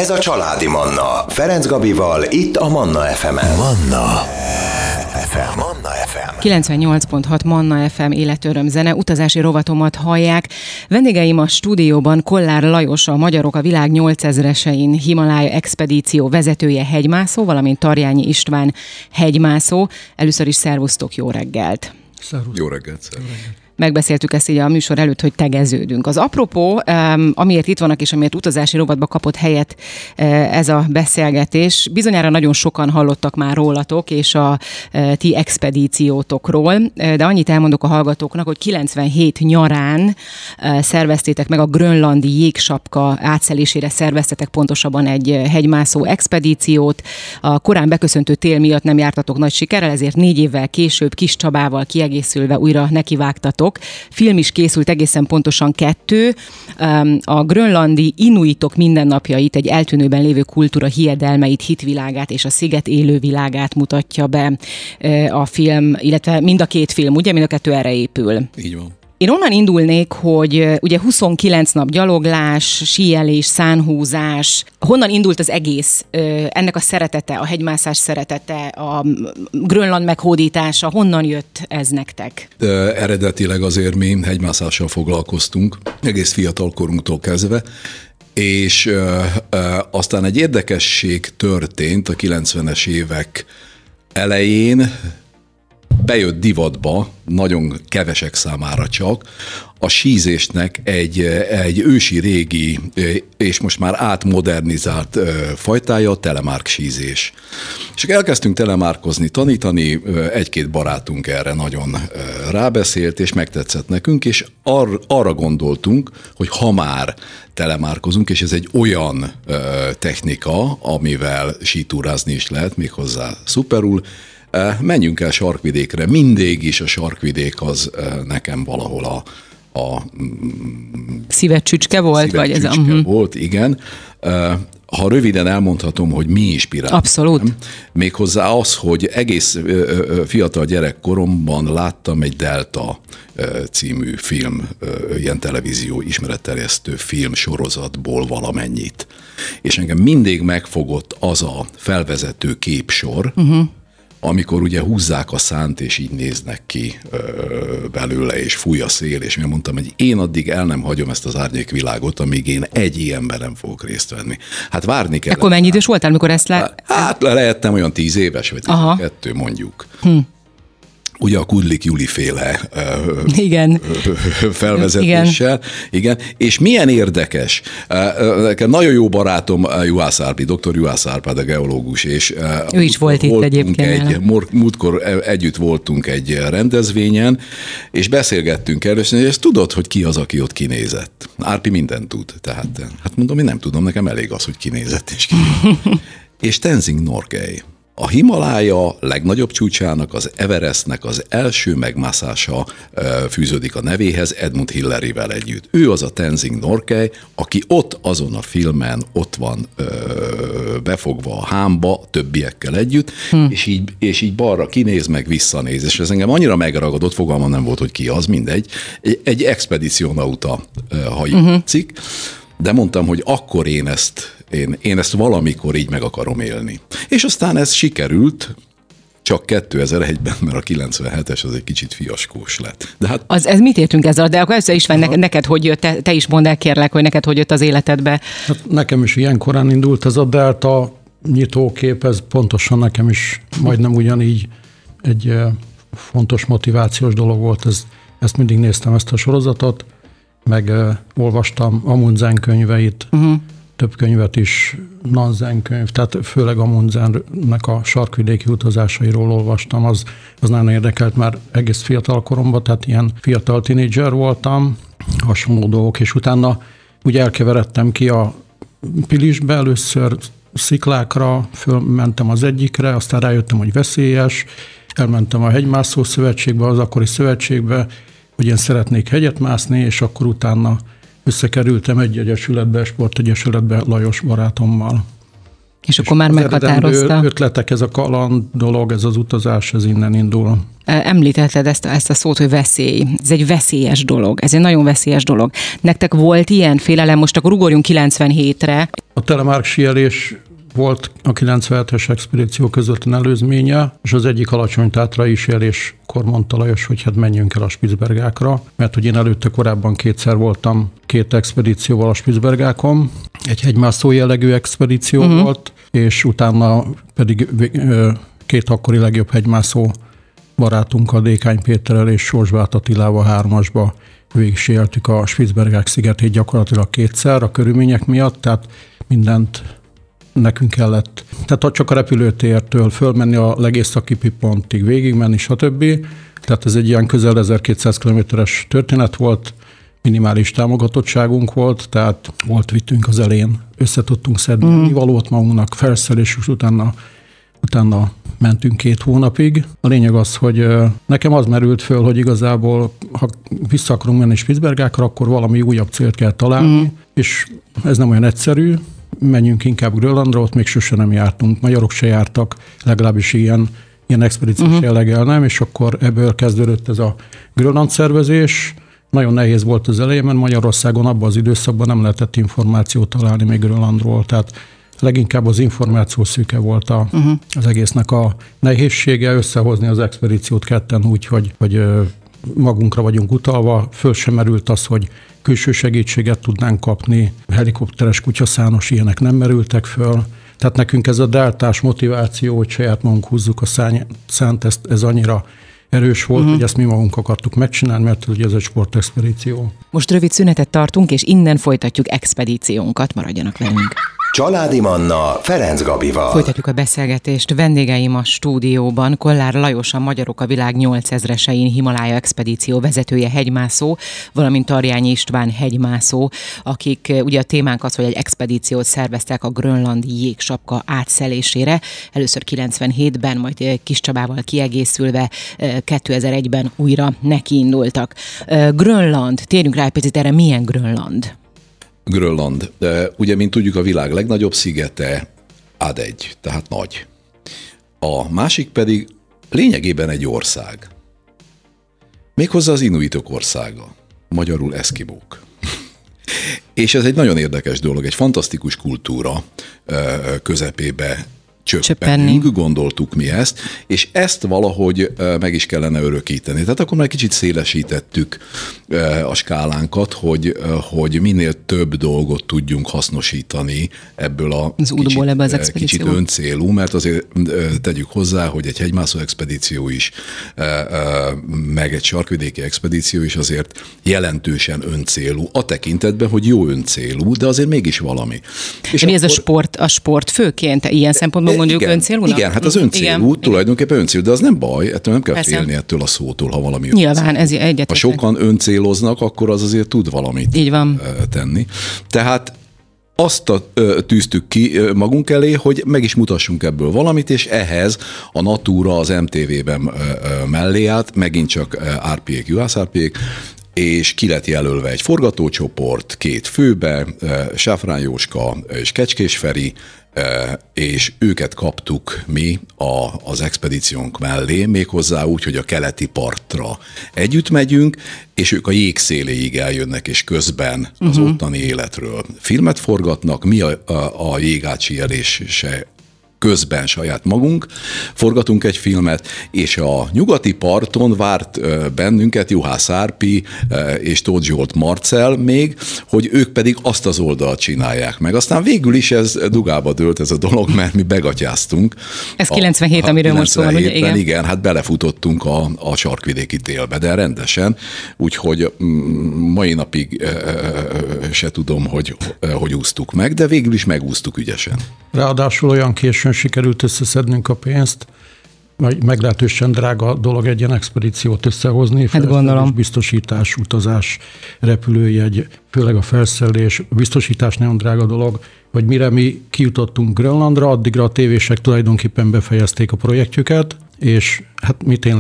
Ez a Családi Manna. Ferenc Gabival, itt a Manna FM-en. Manna FM. Manna FM. 98.6 Manna FM életöröm zene, utazási rovatomat hallják. Vendégeim a stúdióban Kollár Lajos, a Magyarok a világ 8000-esein Himalája expedíció vezetője, hegymászó, valamint Tarjányi István, hegymászó. Először is szervusztok, jó reggelt! Szervusz. Jó reggelt, szervusz. Megbeszéltük ezt így a műsor előtt, hogy tegeződünk. Az apropó, amiért itt vannak és amiért utazási rovatba kapott helyet ez a beszélgetés, bizonyára nagyon sokan hallottak már rólatok és a ti expedíciótokról, de annyit elmondok a hallgatóknak, hogy 97 nyarán szerveztétek meg a grönlandi jégsapka átszelésére szerveztetek pontosabban egy hegymászó expedíciót. A korán beköszöntő tél miatt nem jártatok nagy sikerrel, ezért 4 évvel később Kis Csabával kiegészülve újra nekivágtatok. Film is készült, egészen pontosan 2. A grönlandi inuitok mindennapjait, egy eltűnőben lévő kultúra hiedelmeit, hitvilágát és a sziget élővilágát mutatja be a film, illetve mind a 2 film, ugye? Mind a 2 erre épül. Így van. Én onnan indulnék, hogy ugye 29 nap gyaloglás, síelés, szánhúzás. Honnan indult az egész? Ennek a szeretete, a hegymászás szeretete, a Grönland meghódítása, honnan jött ez nektek? Eredetileg azért mi hegymászással foglalkoztunk, egész fiatal korunktól kezdve, és aztán egy érdekesség történt a 90-es évek elején, bejött divatba, nagyon kevesek számára csak, a sízésnek egy ősi, régi és most már átmodernizált fajtája, a telemark sízés. És elkezdtünk telemárkozni, tanítani, 1-2 barátunk erre nagyon rábeszélt, és megtetszett nekünk, és arra gondoltunk, hogy ha már telemárkozunk, és ez egy olyan technika, amivel sítúrázni is lehet, méghozzá szuperul, menjünk el sarkvidékre. Mindig is a sarkvidék az nekem valahol a szívecsücske volt? Szívecsücske volt, igen. Ha röviden elmondhatom, hogy mi inspiráltam. Abszolút. Méghozzá az, hogy egész fiatal gyerekkoromban láttam egy Delta című film, ilyen televízió ismeretterjesztő film sorozatból valamennyit. És engem mindig megfogott az a felvezető képsor, amikor ugye húzzák a szánt, és így néznek ki belőle, és fúj a szél, és én mondtam, hogy én addig el nem hagyom ezt az árnyékvilágot, amíg én egy ilyenben nem fogok részt venni. Hát várni kell. Akkor mennyi idős voltál, amikor ezt Hát lehettem olyan 10 éves, vagy 12 mondjuk. Ugye a Kudlik Juli féle felvezetéssel. Igen. És milyen érdekes. Nekem nagyon jó barátom Juhász Árpi, dr. Juhász Árpád, a geológus, és ő is volt itt egyébként. Múltkor együtt voltunk egy rendezvényen, és beszélgettünk először, hogy ezt tudod, hogy ki az, aki ott kinézett? Árpi mindent tud. Tehát, hát mondom, én nem tudom, nekem elég az, hogy kinézett és és Tenzing Norgay. A Himalája legnagyobb csúcsának, az Everestnek az első megmászása fűződik a nevéhez Edmund Hillarivel együtt. Ő az a Tenzing Norgay, aki ott azon a filmen ott van befogva a hámba többiekkel együtt, és így balra kinéz, meg visszanéz. És ez engem annyira megragadott, fogalmam nem volt, hogy ki az, mindegy. Egy expedicionauta, ha így tetszik. De mondtam, hogy akkor én ezt valamikor így meg akarom élni. És aztán ez sikerült, csak 2001-ben, mert a 97-es az egy kicsit fiaskós lett. De hát... Ez mit értünk ezzel? De akkor össze is van neked, hogy jött, te is mondd el, kérlek, hogy neked hogy jött az életedbe. Hát nekem is ilyen korán indult ez a Delta nyitókép, ez pontosan nekem is majdnem ugyanígy egy fontos motivációs dolog volt. Ezt mindig néztem, ezt a sorozatot, meg olvastam Amundsen könyveit, több könyvet is, Nansen könyv, tehát főleg Amundsennek a sarkvidéki utazásairól olvastam, az nagyon érdekelt, már egész fiatal koromban, tehát ilyen fiatal tínédzser voltam, hasonló dolgok, és utána úgy elkeveredtem ki a Pilisbe, először sziklákra, fölmentem az egyikre, aztán rájöttem, hogy veszélyes, elmentem a hegymászó szövetségbe, az akkori szövetségbe, hogy én szeretnék hegyet mászni, és akkor utána összekerültem egy egyesületbe, sportegyesületbe Lajos barátommal. És akkor már meghatározta. Ötletek, ez a kaland dolog, ez az utazás, ez innen indul. Említetted ezt a szót, hogy veszély. Ez egy veszélyes dolog. Ez egy nagyon veszélyes dolog. Nektek volt ilyen félelem? Most akkor ugorjunk 97-re. A telemark síelés volt a 97-es expedíció közvetlen előzménye, és az egyik alacsony-tátrai síeléskor mondta Lajos, hogy hát menjünk el a Spitzbergákra, mert hogy én előtte korábban kétszer voltam 2 expedícióval a Spitzbergákon. Egy hegymászó jellegű expedíció volt, és utána pedig 2 akkori legjobb hegymászó barátunkkal, Dékány Péterrel és Sorsbát Attilával 3-asba végigsíeltük a Spitzbergák szigetét gyakorlatilag 2-szer a körülmények miatt, tehát mindent nekünk kellett. Tehát csak a repülőtértől fölmenni a legészakibbi pontig, végigmenni, stb. Tehát ez egy ilyen közel 1200 kilométeres történet volt, minimális támogatottságunk volt, tehát vittünk az elején, össze tudtunk szedni valót magunknak, felszerelés, és utána mentünk 2 hónapig. A lényeg az, hogy nekem az merült föl, hogy igazából, ha vissza akarunk menni Spitzbergákra, akkor valami újabb célt kell találni, és ez nem olyan egyszerű. Menjünk inkább Grönlandra, ott még sose nem jártunk, magyarok se jártak, legalábbis ilyen expedíciós jelleggel nem, és akkor ebből kezdődött ez a Grönland szervezés. Nagyon nehéz volt az elején, mert Magyarországon abban az időszakban nem lehetett információt találni még Grönlandról, tehát leginkább az információ szűke volt az egésznek a nehézsége, összehozni az expedíciót ketten úgy, hogy magunkra vagyunk utalva, föl sem merült az, hogy külső segítséget tudnánk kapni, helikopteres, kutyaszános ilyenek nem merültek föl. Tehát nekünk ez a deltás motiváció, hogy saját magunk húzzuk a szánt, ez annyira erős volt, hogy ezt mi magunk akartuk megcsinálni, mert ugye ez egy sportexpedíció. Most rövid szünetet tartunk, és innen folytatjuk expedíciónkat, maradjanak velünk. Családi Manna Ferenc Gabival. Folytatjuk a beszélgetést. Vendégeim a stúdióban Kollár Lajos, a Magyarok a világ 8000-esein Himalája expedíció vezetője, hegymászó, valamint Tarjányi István hegymászó, akik ugye a témánk az, hogy egy expedíciót szerveztek a grönlandi jégsapka átszelésére. Először 97-ben, majd Kis Csabával kiegészülve 2001-ben újra nekiindultak. Grönland, térjünk rá egy picit erre, milyen Grönland? Grönland. Ugye, mint tudjuk, a világ legnagyobb szigete Ad1, tehát nagy. A másik pedig lényegében egy ország. Méghozzá az inuitok országa, magyarul eszkimók. És ez egy nagyon érdekes dolog, egy fantasztikus kultúra közepébe csöppennünk, gondoltuk mi ezt, és ezt valahogy meg is kellene örökíteni. Tehát akkor már kicsit szélesítettük a skálánkat, hogy minél több dolgot tudjunk hasznosítani ebből a kicsit öncélú, mert azért tegyük hozzá, hogy egy hegymászó expedíció is, meg egy sarkvidéki expedíció is azért jelentősen öncélú, a tekintetben, hogy jó öncélú, de azért mégis valami. És mi ez a sport főként ilyen szempontból mondjuk öncélúnak? Igen, hát az öncélú, tulajdonképpen öncélú, de az nem baj, ettől nem kell félni ettől a szótól, ha valami nyilván, ez egyetlen. Ha sokan öncéloznak, akkor az azért tud valamit így van. Tenni. Tehát azt tűztük ki magunk elé, hogy meg is mutassunk ebből valamit, és ehhez a Natura az MTV-ben mellé állt, megint csak RP-ék, juhász-RP-ék, és ki lett jelölve egy forgatócsoport, 2 főbe, Sáfrán Jóska és Kecskés Feri, és őket kaptuk mi az expedíciónk mellé, méghozzá úgy, hogy a keleti partra együtt megyünk, és ők a jégszéléig eljönnek, és közben az ottani életről filmet forgatnak, mi a jégátsíelése közben saját magunk forgatunk egy filmet, és a nyugati parton várt bennünket Juhász Árpi és Tóth Zsolt Marcell még, hogy ők pedig azt az oldalt csinálják meg. Aztán végül is ez dugába dőlt ez a dolog, mert mi begatyáztunk. Ez 97, amiről most szól, ugye? Igen, hát belefutottunk a sarkvidéki télbe, de rendesen, úgyhogy mai napig se tudom, hogy úsztuk meg, de végül is megúsztuk ügyesen. Ráadásul olyan későn sikerült összeszednünk a pénzt, vagy meglehetősen drága dolog egy ilyen expedíciót összehozni. Hát gondolom. Biztosítás, utazás, repülőjegy, főleg a felszerelés, biztosítás nagyon drága dolog, hogy mire mi kijutottunk Grönlandra, addigra a tévések tulajdonképpen befejezték a projektjüket, és hát mi tényleg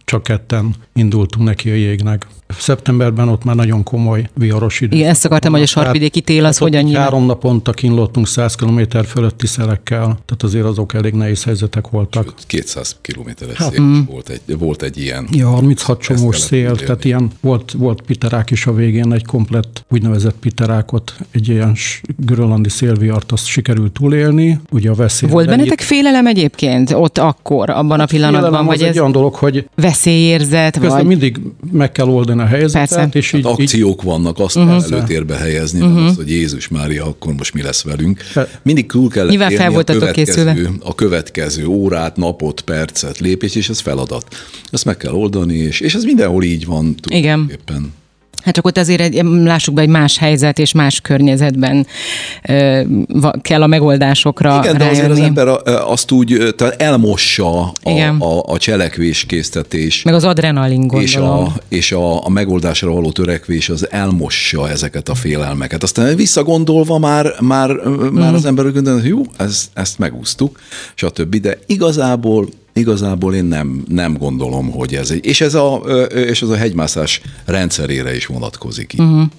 csak ketten indultunk neki a jégnek. Szeptemberben ott már nagyon komoly viharos idő. Igen, ezt akartam, hogy a sarkvidéki tél az hogyan nyilván. 3 naponta kínlottunk 100 km fölötti szelekkel, tehát azért azok elég nehéz helyzetek voltak. Sőt, 200 kilométeres Hát, szél volt egy ilyen. Ja, 36 csomós szél, tehát ilyen volt piterák is a végén, egy komplett úgynevezett piterákot, egy ilyen grönlandi szélvihart, azt sikerült túlélni. Ugye a veszély. Volt bennetek félelem egyébként ott akkor, abban a pillanatban? Vagy ez egy olyan dolog, hogy veszélyérzet, vagy mindig meg kell oldani a helyzetet. Persze. És így, akciók vannak, azt kell előtérbe helyezni, nem azt, hogy Jézus Mária, akkor most mi lesz velünk. Mindig túl kellett nyilván fel voltatok készülve. A következő órát, napot, percet, lépést, és ez feladat. Ezt meg kell oldani, és ez mindenhol így van. Igen. Hát csak ott azért lássuk be, egy más helyzet és más környezetben kell a megoldásokra igen, rájönni. de azért az ember azt úgy elmossa a cselekvéskésztetés. Meg az adrenalin, gondolom. És a megoldásra való törekvés az elmossa ezeket a félelmeket. Aztán visszagondolva már az ember gondolja, hogy jó, ezt megúsztuk, stb. De igazából én nem gondolom, hogy ez egy... És ez a hegymászás rendszerére is vonatkozik.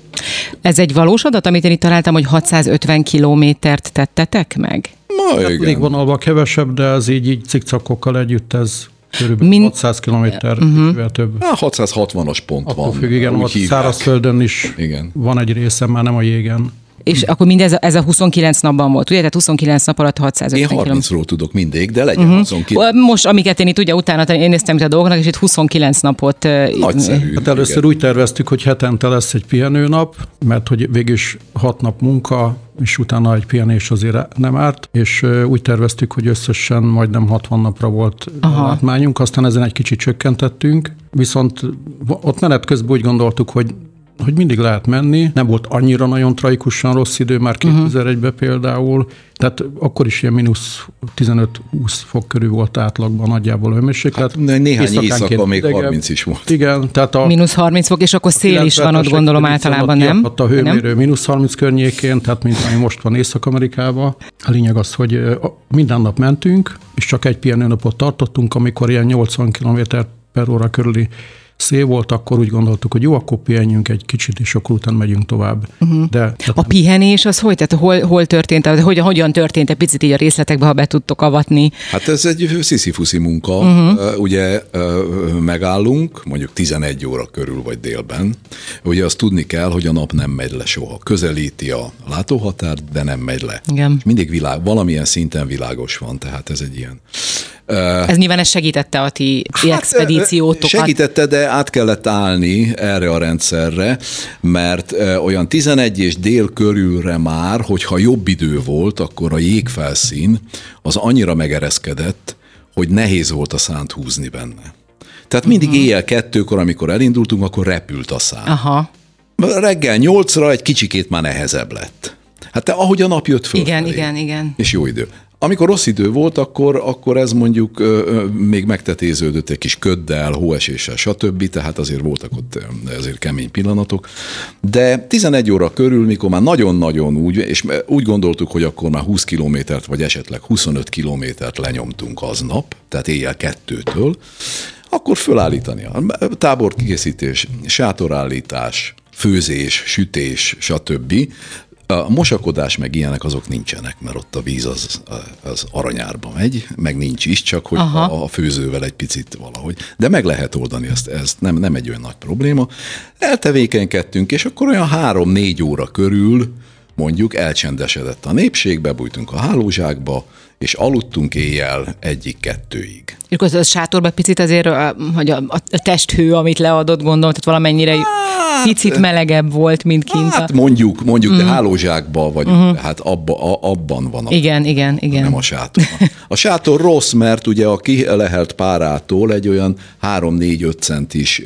Ez egy valós adat, amit én itt találtam, hogy 650 kilométert tettetek meg? Légvonalban kevesebb, de ez így cikcakokkal együtt ez körülbelül 600 kilométerrel több. 660-as pont attól van. Függ, igen, ott szárazföldön is van egy része, már nem a jégen. És akkor mindez ez a 29 napban volt, ugye? Tehát 29 nap alatt 650 km. Én 30-ról tudok mindig, de legyen 29. Most, amiket én itt ugye utána én néztem itt a dolgoknak, és itt 29 napot... Nagyszerű. Hát először úgy terveztük, hogy hetente lesz egy pihenőnap, mert hogy végülis 6 nap munka, és utána egy pihenés azért nem árt, és úgy terveztük, hogy összesen majdnem 60 napra volt látmányunk, aztán ezen egy kicsit csökkentettünk, viszont ott menet közben úgy gondoltuk, hogy mindig lehet menni. Nem volt annyira nagyon tragikusan rossz idő, már 2001-ben például, tehát akkor is ilyen mínusz 15-20 fok körül volt átlagban nagyjából a hőmérséklet. Hát, néhány éjszaka még 30 is volt. Igen, tehát mínusz 30 fok, és akkor szél is van ott, gondolom általában, nem? Ott a hőmérő mínusz 30 környékén, tehát mint ami most van Észak-Amerikában. A lényeg az, hogy minden nap mentünk, és csak egy pihenőnapot tartottunk, amikor ilyen 80 km/h körüli szél volt, akkor úgy gondoltuk, hogy jó, akkor pihenjünk egy kicsit, és akkor utána megyünk tovább. De a pihenés az hogy? Tehát hol történt? Hogyan történt? Egy picit így a részletekbe, ha be tudtok avatni. Hát ez egy sziszi-fuszi munka. Ugye megállunk, mondjuk 11 óra körül vagy délben. Ugye azt tudni kell, hogy a nap nem megy le soha. Közelíti a látóhatárt, de nem megy le. Igen. Mindig valamilyen szinten világos van, tehát ez egy ilyen... Ez nyilván ez segítette a ti expedíciótokat. Segítette, de át kellett állni erre a rendszerre, mert olyan 11 és dél körülre már, hogyha jobb idő volt, akkor a jégfelszín az annyira megereszkedett, hogy nehéz volt a szánt húzni benne. Tehát mindig éjjel 2-kor, amikor elindultunk, akkor repült a szán. Aha. Reggel 8-ra egy kicsikét már nehezebb lett. Hát ahogy a nap jött föl. Igen. És jó idő. Amikor rossz idő volt, akkor ez mondjuk még megtetéződött egy kis köddel, hóeséssel, stb. Tehát azért voltak ott azért kemény pillanatok. De 11 óra körül, mikor már nagyon-nagyon és úgy gondoltuk, hogy akkor már 20 kilométert, vagy esetleg 25 kilométert lenyomtunk aznap, tehát éjjel 2-től, akkor fölállítani a táborkészítés, sátorállítás, főzés, sütés, stb. A mosakodás meg ilyenek azok nincsenek, mert ott a víz az aranyárba megy, meg nincs is, csak hogy a főzővel egy picit valahogy. De meg lehet oldani, ez nem egy olyan nagy probléma. Eltevékenykedtünk, és akkor olyan 3-4 óra körül mondjuk elcsendesedett a népség, bebújtunk a hálózsákba, és aludtunk éjjel 1-2-ig. És akkor a sátorban picit azért, hogy a testhő, amit leadott, gondolom, tehát valamennyire picit melegebb volt, mint kint. Hát mondjuk, de hálózsákban vagyunk, tehát abban van. Igen. Nem a sátorban. A sátor rossz, mert ugye a kilehelt párától egy olyan 3-4-5 centis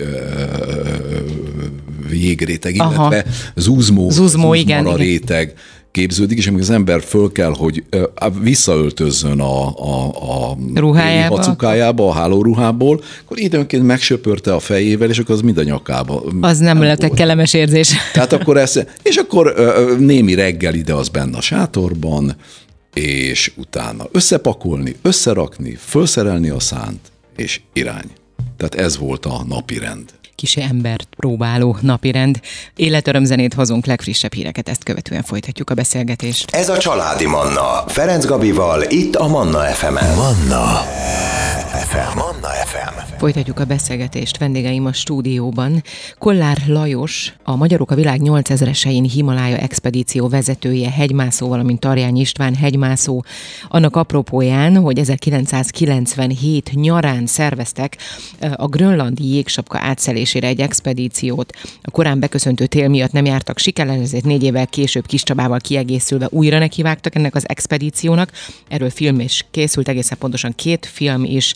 jégréteg, illetve zuzmó igen. réteg képződik, és amikor az ember föl kell, hogy visszaöltözzön a hacukájába, a hálóruhából, akkor időnként megsöpörte a fejével, és akkor az mind a nyakába. Az nem lett egy kellemes érzés. Tehát akkor és akkor némi reggel ide az benne a sátorban, és utána összepakolni, összerakni, felszerelni a szánt, és irány. Tehát ez volt a napirend. Kis embert próbáló napirend. Életörömzenét hozunk, legfrissebb híreket, ezt követően folytatjuk a beszélgetést. Ez a Családi Manna. Ferenc Gabival, itt a Manna FM-en. Manna FM. Manna FM. Folytatjuk a beszélgetést, vendégeim a stúdióban. Kollár Lajos, a Magyarok a világ 8000-esein Himalája expedíció vezetője, hegymászó, valamint Tarjány István hegymászó. Annak apropóján, hogy 1997 nyarán szerveztek a grönlandi jégsapka átszelésére egy expedíciót. A korán beköszöntő tél miatt nem jártak sikerrel, ezért 4 évvel később Kis Csabával kiegészülve újra nekivágtak ennek az expedíciónak. Erről film is készült, egészen pontosan 2 film is.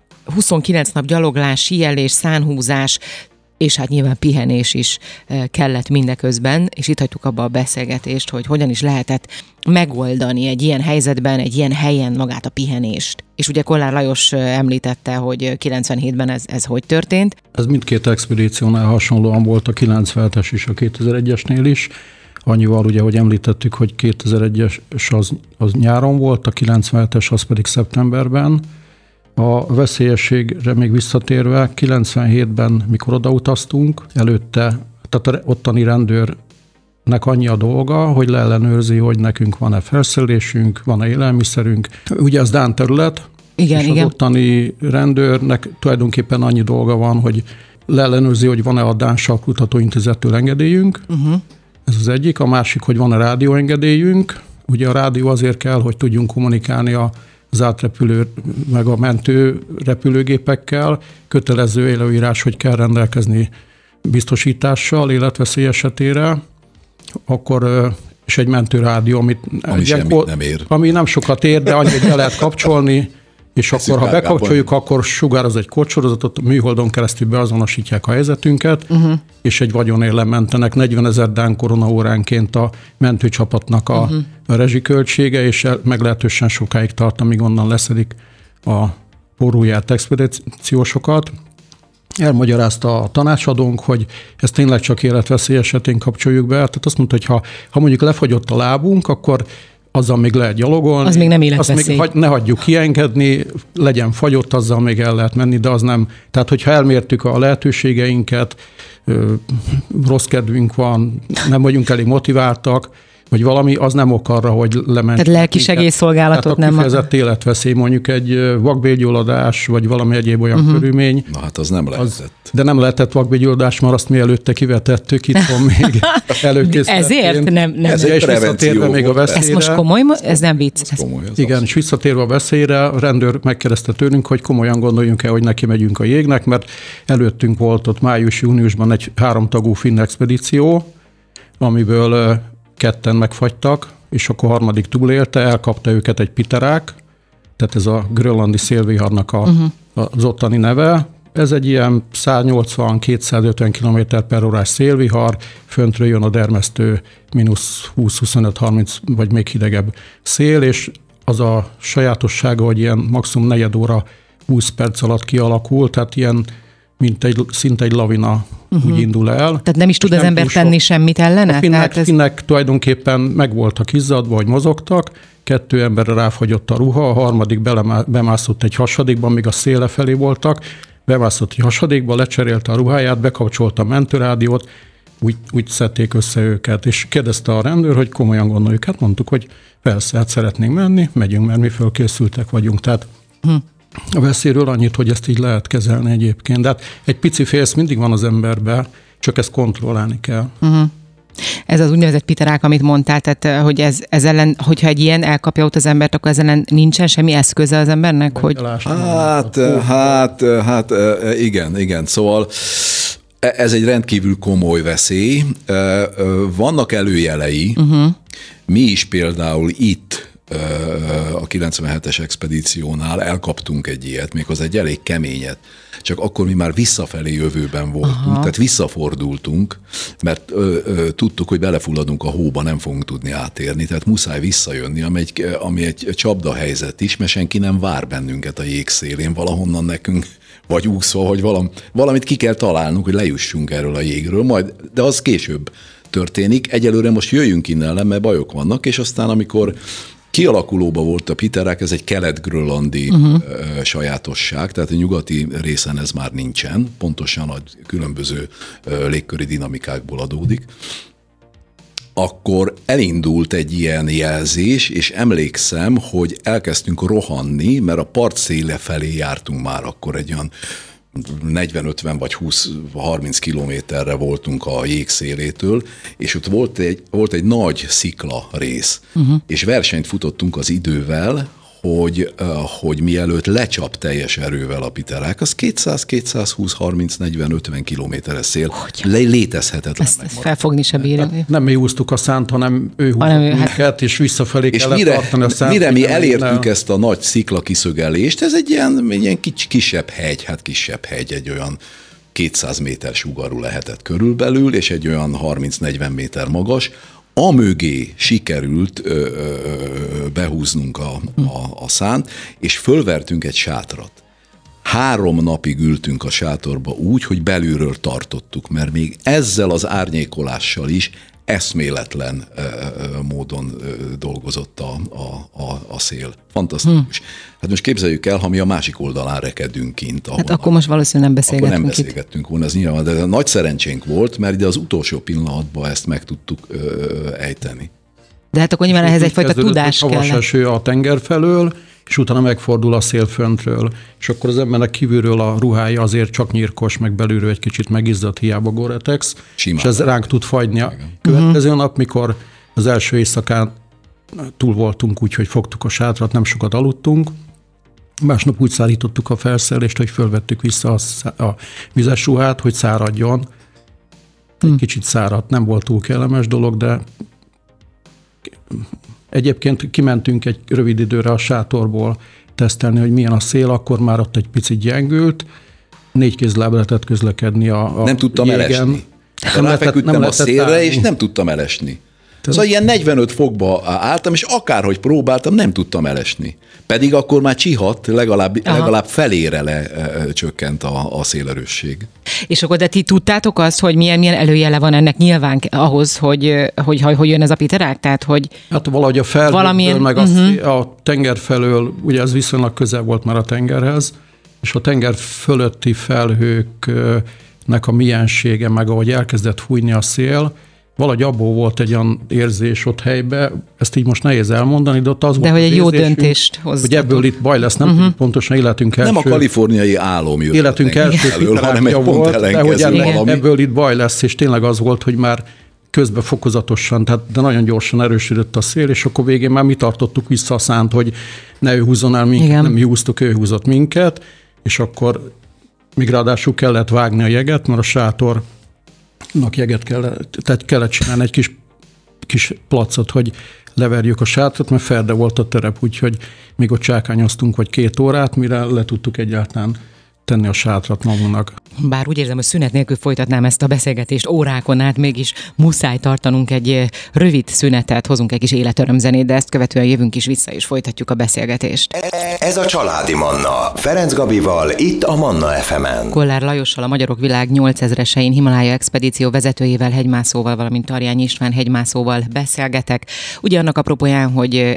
29 nap gyaloglás, síelés, szánhúzás, és hát nyilván pihenés is kellett mindeközben, és itt hagytuk abba a beszélgetést, hogy hogyan is lehetett megoldani egy ilyen helyzetben, egy ilyen helyen magát a pihenést. És ugye Kollár Lajos említette, hogy 97-ben ez hogy történt. Ez mindkét expedíciónál hasonlóan volt, a 97-es és a 2001-esnél is. Annyival ugye, hogy említettük, hogy 2001-es az nyáron volt, a 97-es az pedig szeptemberben. A veszélyességre még visszatérve, 97-ben, mikor odautaztunk, előtte, tehát az ottani rendőrnek annyi a dolga, hogy leellenőrzi, hogy nekünk van-e felszerelésünk, van-e élelmiszerünk. Ugye ez Dán terület, igen, és igen. Az ottani rendőrnek tulajdonképpen annyi dolga van, hogy leellenőrzi, hogy van-e a Dán Sarkkutatóintézettől engedélyünk. Ez az egyik. A másik, hogy van-e rádióengedélyünk. Ugye a rádió azért kell, hogy tudjunk kommunikálni az átrepülő, meg a mentő repülőgépekkel. Kötelező előírás, hogy kell rendelkezni biztosítással életveszély esetére. Akkor, és egy mentőrádió, ami semmit nem ér. Ami nem sokat ér, de annyit el lehet kapcsolni, és akkor, ha bekapcsoljuk, akkor sugároz egy kódsorozatot, műholdon keresztül beazonosítják a helyzetünket, és egy vagyonért lementenek 40 000 dán korona óránként a mentőcsapatnak a rezsiköltsége, és meglehetősen sokáig tart, amíg onnan leszedik a porúját expedíciósokat. Elmagyarázta a tanácsadónk, hogy ezt tényleg csak életveszély esetén kapcsoljuk be. Tehát azt mondta, hogy ha mondjuk lefagyott a lábunk, akkor azzal még lehet gyalogolni. Az még nem életveszély. Azt még ne hagyjuk kiengedni, legyen fagyott, azzal még el lehet menni, de az nem. Tehát, hogyha elmértük a lehetőségeinket, rossz kedvünk van, nem vagyunk elég motiváltak, vagy valami, az nem ok arra, hogy lementjük. Tehát lelki segélyszolgálatot nem. Tehát a kifejezett életveszély, mondjuk egy vakbélgyulladás, vagy valami egyéb olyan körülmény. Na hát az nem lehetett. De nem lehetett vakbélgyulladás, mert azt mi előtte kivetettük, itt van még előkészületként. Ezért nem. Ez egy prevenció még a veszélyre. Ez most komoly? Ez nem vicc. Ez komoly, ez igen, és visszatérve a veszélyre, a rendőr megkérdezte tőlünk, hogy komolyan gondoljunk-e, hogy neki megyünk a jégnek, mert előttünk volt ott május-júniusban egy 3 tagú finn expedíció, amiből 2 megfagytak, és akkor 3. túlélte, elkapta őket egy piterák, tehát ez a grönlandi szélviharnak az ottani neve. Ez egy ilyen 180-250 km/h szélvihar, föntről jön a dermesztő -20-25-30 vagy még hidegebb szél, és az a sajátossága, hogy ilyen maximum 4 óra 20 perc alatt kialakul, tehát ilyen szinte egy lavina úgy indul el. Tehát nem is tud az ember tenni semmit ellene? A finnek tulajdonképpen meg voltak izzadva, hogy mozogtak, 2 emberre ráfagyott a ruha, a 3. bemászott egy hasadékban, még a széle felé voltak, bemászott egy hasadékba, lecserélte a ruháját, bekapcsolta a mentőrádiót, úgy szedték össze őket, és kérdezte a rendőr, hogy komolyan gondoljuk. Hát mondtuk, hogy persze, hát szeretnénk menni, megyünk, mert mi fölkészültek vagyunk. Tehát a veszélyről annyit, hogy ezt így lehet kezelni egyébként. De hát egy pici félsz mindig van az emberben, csak ezt kontrollálni kell. Ez az úgynevezett piterák, amit mondtál, tehát hogy ez ellen, hogyha egy ilyen elkapja ott az embert, akkor ez ellen nincsen semmi eszköze az embernek? Hogy... Hát, igen. Szóval ez egy rendkívül komoly veszély. Vannak előjelei. Mi is például itt a 97-es expedíciónál elkaptunk egy ilyet, méghozzá egy elég keményet. Csak akkor mi már visszafelé jövőben voltunk, tehát visszafordultunk, mert tudtuk, hogy belefulladunk a hóba, nem fogunk tudni átérni, tehát muszáj visszajönni, ami egy csapdahelyzet is, mert senki nem vár bennünket a jégszélén, valahonnan nekünk, vagy úszva, hogy valamit ki kell találnunk, hogy lejussunk erről a jégről, de az később történik. Egyelőre most jöjjünk innen le, mert bajok vannak, és aztán amikor Kialakulóban volt a piterák, ez egy kelet-grönlandi sajátosság, tehát a nyugati részen ez már nincsen, pontosan a különböző légköri dinamikákból adódik. Akkor elindult egy ilyen jelzés, és emlékszem, hogy elkezdtünk rohanni, mert a part széle felé jártunk már akkor egy olyan 40-50 vagy 20-30 kilométerre voltunk a jégszélétől, és ott volt egy nagy szikla rész, és versenyt futottunk az idővel, hogy mielőtt lecsap teljes erővel a piterák, az 200-220-30-40-50 kilométeres szél létezhetetlen. Ezt felfogni se bírja. Nem mi húztuk a szánt, hanem ő húzott minket, és visszafelé kellett tartani a szánt. Mire mi elértük ezt a nagy szikla kiszögelést, ez egy ilyen kisebb hegy, egy olyan 200 méter sugarú lehetett körülbelül, és egy olyan 30-40 méter magas, amögé sikerült behúznunk a szánt, és fölvertünk egy sátrat. 3 napig ültünk a sátorba úgy, hogy belülről tartottuk, mert még ezzel az árnyékolással is eszméletlen módon dolgozott a szél. Fantasztikus. Hát most képzeljük el, ha mi a másik oldalán rekedünk kint. Hát akkor most valószínűleg nem beszélgettünk. Akkor nem beszélgettünk volna, ez nyilván, de nagy szerencsénk volt, mert ide az utolsó pillanatban ezt meg tudtuk ejteni. De hát akkor nyilván ehhez egyfajta tudás kell. Havas eső a tenger felől, és utána megfordul a szél föntről, és akkor az embernek kívülről a ruhája azért csak nyírkos, meg belülről egy kicsit megizzadt, hiába Gore-Tex, és ez ránk tud fagyni. A következő nap, mikor az első éjszakán túl voltunk úgy, hogy fogtuk a sátrat, nem sokat aludtunk, másnap úgy szállítottuk a felszerelést, hogy fölvettük vissza a vizes ruhát, hogy száradjon. Egy kicsit száradt, nem volt túl kellemes dolog, de egyébként kimentünk egy rövid időre a sátorból tesztelni, hogy milyen a szél, akkor már ott egy picit gyengült, 4 kézláb lehetett közlekedni a nem tudtam jégen. Elesni. Ráfeküdtem a szélre, és nem tudtam elesni. Szóval ilyen 45 fokba álltam, és akárhogy próbáltam, nem tudtam elesni. Pedig akkor már csihadt, legalább felére lecsökkent a szélerősség. És akkor de ti tudtátok azt, hogy milyen előjele van ennek nyilván ahhoz, hogy jön ez a piterák? Tehát, hogy hát valahogy a felhőből, meg a tenger felől, ugye ez viszonylag közel volt már a tengerhez, és a tenger fölötti felhőknek a miensége, meg ahogy elkezdett fújni a szél, valahogy abból volt egy olyan érzés ott helyben, ezt így most nehéz elmondani, de ott az volt. De hogy egy jó döntést hoztatok. Hogy ebből itt baj lesz, nem pontosan életünk első. Nem a kaliforniai álom jött. Életünk első hanem egy pont ellenkező valami. Ebből itt baj lesz, és tényleg az volt, hogy már közben fokozatosan, de nagyon gyorsan erősödött a szél, és akkor végén már mi tartottuk vissza a szánt, hogy ne ő húzzon el minket, igen. Nem mi húztuk, ő húzott minket, és akkor még ráadásul kellett vágni a jeget, mert a sátor jeget kellett csinálni, egy kis placot, hogy leverjük a sátrat, mert ferde volt a terep, úgyhogy még ott csákányoztunk vagy 2 órát, mire le tudtuk egyáltalán tenni a sátrat magunknak. Bár úgy érzem, hogy szünet nélkül folytatnám ezt a beszélgetést órákon át, mégis muszáj tartanunk egy rövid szünetet, hozunk egy kis életörömzenét, de ezt követően jövünk is vissza, és folytatjuk a beszélgetést. Ez a Családi Manna. Ferenc Gabival, itt a Manna FM-en. Kollár Lajossal, a Magyarok Világ 8000-esein Himalája expedíció vezetőjével, hegymászóval, valamint Tarjányi István hegymászóval beszélgetek. Ugye annak apropóján, hogy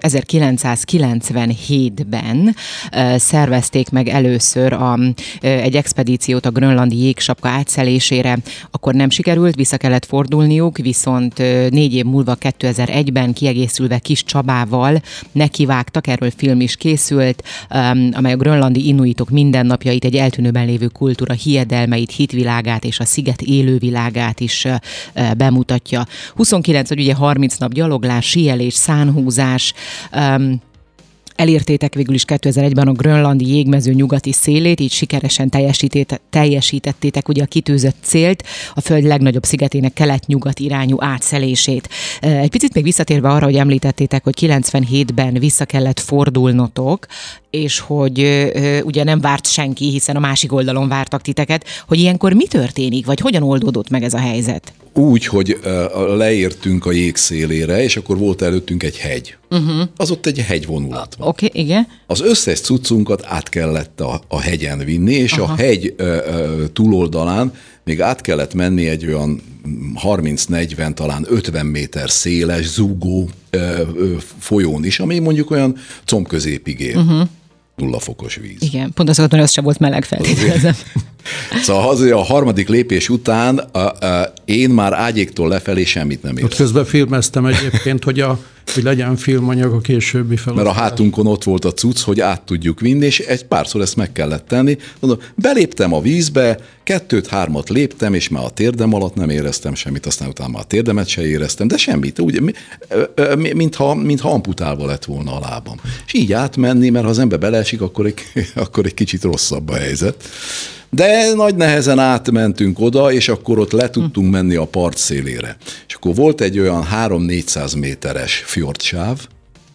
1997-ben szervezték meg először egy expedíciót a grönlandi jégsapka átszelésére, akkor nem sikerült, vissza kellett fordulniuk, viszont 4 év múlva 2001-ben kiegészülve Kis Csabával nekivágtak, erről film is készült, amely a grönlandi inuitok mindennapjait, egy eltűnőben lévő kultúra hiedelmeit, hitvilágát és a sziget élővilágát is bemutatja. 29, vagy ugye 30 nap gyaloglás, síelés, szánhúzás, elértétek végül is 2001-ben a grönlandi jégmező nyugati szélét, így sikeresen teljesítettétek ugye a kitűzött célt, a föld legnagyobb szigetének kelet-nyugat irányú átszelését. Egy picit még visszatérve arra, hogy említettétek, hogy 97-ben vissza kellett fordulnotok, és hogy ugye nem várt senki, hiszen a másik oldalon vártak titeket, hogy ilyenkor mi történik, vagy hogyan oldódott meg ez a helyzet? Úgy, hogy leértünk a jégszélére, és akkor volt előttünk egy hegy. Az ott egy hegyvonulat van. Oké, igen. Az összes cuccunkat át kellett a hegyen vinni, és a hegy túloldalán még át kellett menni egy olyan 30-40, talán 50 méter széles, zúgó folyón is, ami mondjuk olyan combközépig ér. 0 fokos víz. Igen, pont azt mondom, hogy az sem volt meleg feltételezem. Szóval azért a harmadik lépés után én már ágyéktól lefelé semmit nem éreztem. Ott közben filmeztem egyébként, hogy legyen filmanyag a későbbi feladás. Mert a hátunkon ott volt a cucc, hogy át tudjuk vinni, és egy párszor ezt meg kellett tenni. Mondom, beléptem a vízbe, 2-3 léptem, és már a térdem alatt nem éreztem semmit, aztán utána már a térdemet se éreztem, de semmit, úgy, mintha amputálva lett volna a lábam. És így átmenni, mert ha az ember beleesik, akkor egy kicsit rosszabb a helyzet. De nagy nehezen átmentünk oda, és akkor ott le tudtunk menni a part szélére. És akkor volt egy olyan 300-400 méteres fjordsáv,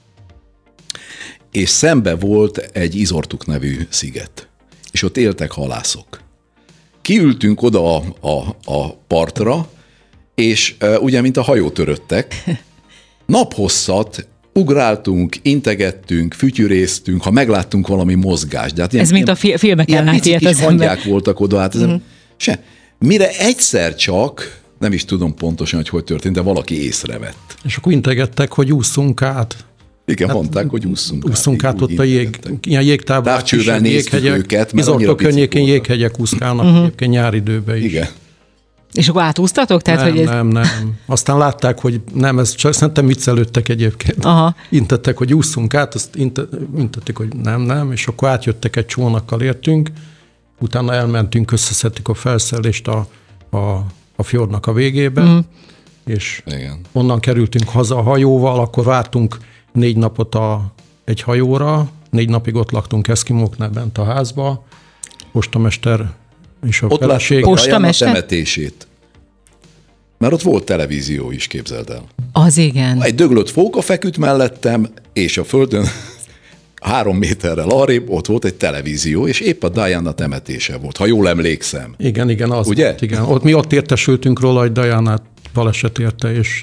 és szembe volt egy Izortuk nevű sziget. És ott éltek halászok. Kiültünk oda a partra, és ugye, mint a hajótöröttek, naphosszat ugráltunk, integettünk, fütyüréztünk, ha megláttunk valami mozgást. De hát ez mint a filmeken lát ilyet az ember. Hangyák voltak oda, hát se. Mire egyszer csak, nem is tudom pontosan, hogy történt, de valaki észrevett. És akkor integettek, hogy ússzunk át. Igen, hát mondták, hogy ússzunk át ott a ilyen jégtáblák, távcsővel néztük őket. Izortok környékén jéghegyek úszkálnak egyébként nyári időben is. Igen. És akkor átúsztatok? Nem. Aztán látták, hogy nem, ez csak szerintem viccelődtek egyébként. Aha. Intettek, hogy ússzunk át, azt intették, hogy nem, és akkor átjöttek egy csónakkal értünk, utána elmentünk, összeszedtük a felszerelést a fjordnak a végébe, és igen. Onnan kerültünk haza a hajóval, akkor vártunk 4 napot egy hajóra, 4 napig ott laktunk eszkimóknál bent a házba, postamester és a feleség. A temetését. Mert ott volt televízió is, képzeld el. Az igen. Egy döglött fóka feküdt mellettem, és a földön 3 méterrel arrébb ott volt egy televízió, és épp a Diana temetése volt, ha jól emlékszem. Igen, az ugye? Volt, igen. Mi ott értesültünk róla, hogy Dianát baleset érte, és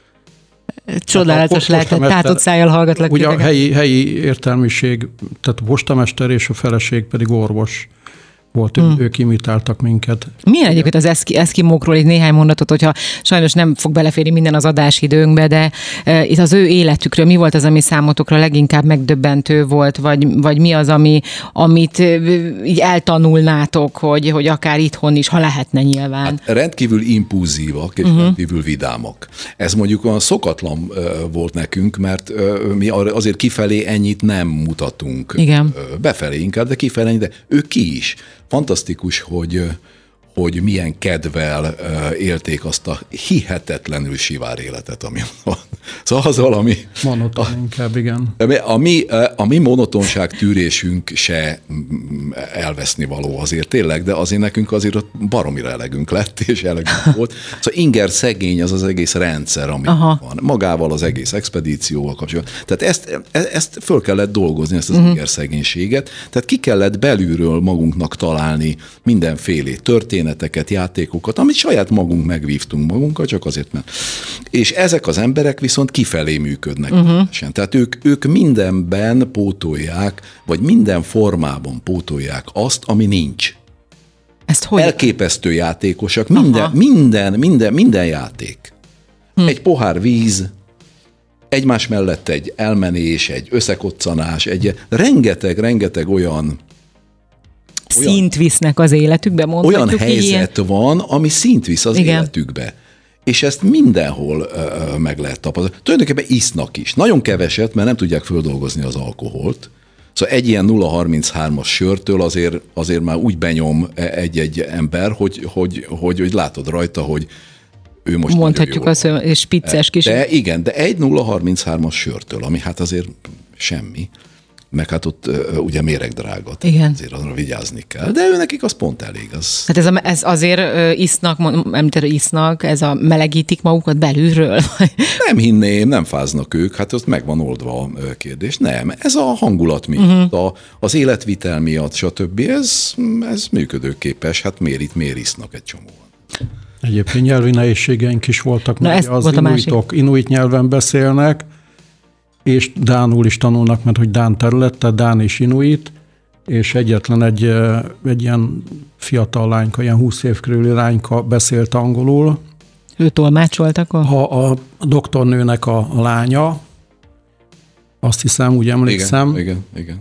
csodálatos lehetett, tátott szájjal hallgatlak. Ugye a helyi értelmiség, tehát a postamester és a feleség pedig orvos volt, ők imitáltak minket. Milyen egyébként az eszkimókról egy néhány mondatot, hogyha sajnos nem fog beleférni minden az adásidőnkbe, de itt az ő életükről mi volt az, ami számotokra leginkább megdöbbentő volt, vagy mi az, amit így eltanulnátok, hogy akár itthon is, ha lehetne nyilván? Hát rendkívül impulzívak és rendkívül vidámak. Ez mondjuk olyan szokatlan volt nekünk, mert mi azért kifelé ennyit nem mutatunk. Igen. Befelé inkább, de kifelé, de ők ki is. Fantasztikus, hogy milyen kedvel élték azt a hihetetlenül sivár életet, ami van. Szóval az valami... Monoton inkább, igen. A mi monotonság tűrésünk se elveszni való azért tényleg, de azért nekünk azért ott baromira elegünk lett, és elegünk volt. Szóval inger szegény az egész rendszer, ami van. Magával az egész expedícióval kapcsolatban. Tehát ezt föl kellett dolgozni, ezt az inger szegénységet. Tehát ki kellett belülről magunknak találni mindenféle történeteket, játékokat, amit saját magunk megvívtunk magunkkal, csak azért, mert... És ezek az emberek viszont kifelé működnek. Tehát ők mindenben pótolják, vagy minden formában pótolják azt, ami nincs. Ezt hogy? Elképesztő játékosak, minden játék. Egy pohár víz, egymás mellett egy elmenés, egy összekoccanás, rengeteg olyan szint visznek az életükbe, mondhatjuk. Olyan helyzet van, ami szint visz az életükbe. És ezt mindenhol meg lehet tapasztalni. Tulajdonképpen isznak is. Nagyon keveset, mert nem tudják földolgozni az alkoholt. Szóval egy ilyen 0,33-as sörtől azért már úgy benyom egy ember, hogy látod rajta, hogy ő most mondhatjuk azt, hogy spicces kis. De igen, de egy 0,33-as sörtől, ami hát azért semmi. Meg hát ott ugye méregdrága, azért arra vigyázni kell. De ő nekik az pont elég. Hát ez azért isznak, ez a melegítik magukat belülről? Nem hinném, nem fáznak ők, hát ott meg van oldva a kérdés. Nem, ez a hangulat miatt, az életvitel miatt, stb. Ez működőképes, hát miért isznak egy csomóan. Egyébként nyelvi nehézségeink is voltak, mert az inuit nyelven beszélnek, és dánul is tanulnak, mert hogy dán terület, tehát dán és inuit, és egyetlen egy ilyen fiatal lányka, ilyen 20 év körüli lányka beszélt angolul. Ő tolmácsolt akkor? A doktornőnek a lánya, azt hiszem, úgy emlékszem. Igen.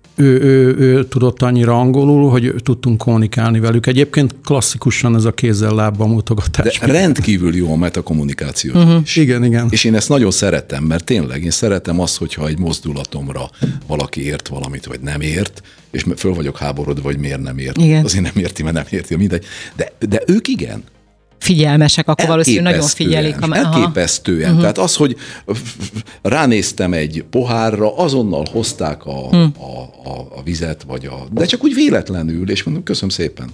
Ő tudott annyira angolul, hogy tudtunk kommunikálni velük. Egyébként klasszikusan ez a kézzel-lábbal mutogatás. De rendkívül jó a metakommunikáció. Igen. És én ezt nagyon szeretem, mert tényleg én szeretem azt, hogyha egy mozdulatomra valaki ért valamit, vagy nem ért, és föl vagyok háborodva, vagy miért nem ért. Igen. Azért nem érti, mert nem érti, mindegy. De ők igen. Figyelmesek, akkor valószínűleg nagyon figyelik. Elképesztően. Tehát az, hogy ránéztem egy pohárra, azonnal hozták a vizet, de csak úgy véletlenül, és mondom, köszönöm szépen.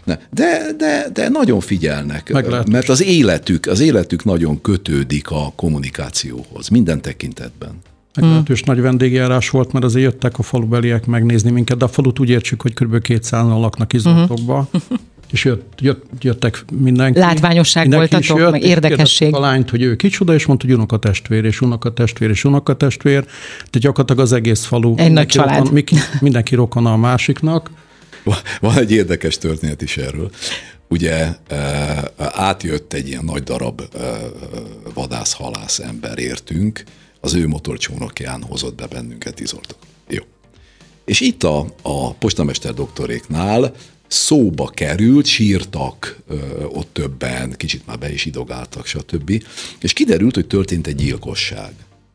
De nagyon figyelnek, mert az életük nagyon kötődik a kommunikációhoz, minden tekintetben. Meglehetős nagy vendégjárás volt, mert azért jöttek a falubeliek megnézni minket, de a falut úgy értsük, hogy kb. 200-an laknak izoltokba. És jöttek mindenki. Látványosság voltatok, meg érdekesség. A lányt, hogy ő kicsoda, és mondta, hogy unokatestvér, és unokatestvér, és unokatestvér. De gyakorlatilag az egész falu. Egy nagy család. Mindenki rokona a másiknak. Van egy érdekes történet is erről. Ugye átjött egy ilyen nagy darab vadász-halász ember értünk, az ő motorcsónakján hozott be bennünket izoltok. Jó. És itt a postamester doktoréknál szóba került, sírtak ott többen, kicsit már be is idogáltak, stb. És kiderült, hogy történt egy gyilkosság.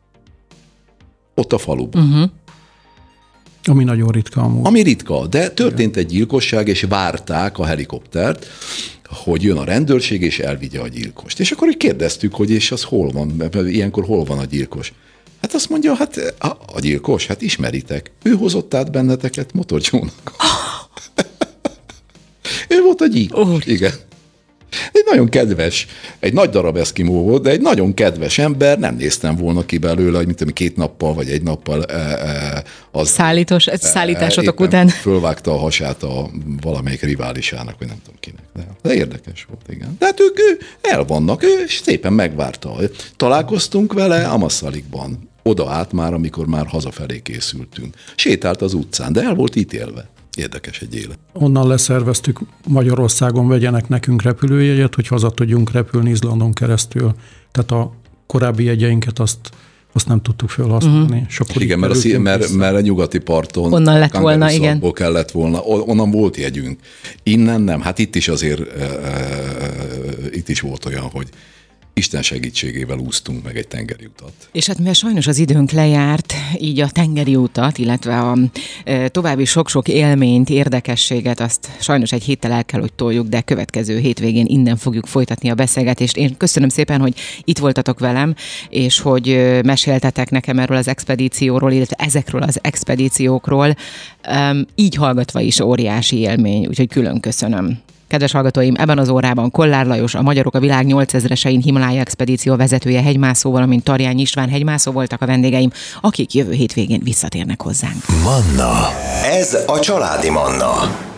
Ott a faluban. Ami nagyon ritka amúgy. Ami ritka, de történt egy gyilkosság, és várták a helikoptert, hogy jön a rendőrség, és elvigye a gyilkost. És akkor kérdeztük, hogy és az hol van, ilyenkor hol van a gyilkos. Hát azt mondja, hát a gyilkos, hát ismeritek. Ő hozott át benneteket motorcsónakon. Ő volt a gyilkos. Igen. Egy nagyon kedves, egy nagy darab eszkimó volt, de egy nagyon kedves ember, nem néztem volna ki belőle, hogy 2 nappal vagy 1 nappal az szállításotok után fölvágta a hasát a valamelyik riválisának, vagy nem tudom kinek. De érdekes volt, igen. De hát ők el vannak, ő szépen megvárta. Találkoztunk vele Amassalikban, oda át már, amikor már hazafelé készültünk. Sétált az utcán, de el volt ítélve. Érdekes egy élet. Onnan leszerveztük Magyarországon, vegyenek nekünk repülőjegyet, hogy haza tudjunk repülni Izlandon keresztül. Tehát a korábbi jegyeinket azt nem tudtuk felhasználni. Igen, mert a nyugati parton onnan lett volna, igen. Kellett volna, onnan volt jegyünk. Innen nem. Hát itt is azért itt is volt olyan, hogy Isten segítségével úsztunk meg egy tengeri utat. És hát mivel sajnos az időnk lejárt, így a tengeri utat, illetve a további sok-sok élményt, érdekességet, azt sajnos egy héttel el kell, hogy toljuk, de következő hétvégén innen fogjuk folytatni a beszélgetést. Én köszönöm szépen, hogy itt voltatok velem, és hogy meséltetek nekem erről az expedícióról, illetve ezekről az expedíciókról. Így hallgatva is óriási élmény, úgyhogy külön köszönöm. Kedves hallgatóim, ebben az órában Kollár Lajos, a Magyarok a világ 8000-esein Himalája expedíció vezetője hegymászó, valamint Tarjányi István hegymászó voltak a vendégeim, akik jövő hétvégén visszatérnek hozzánk. Manna. Ez a családi Manna.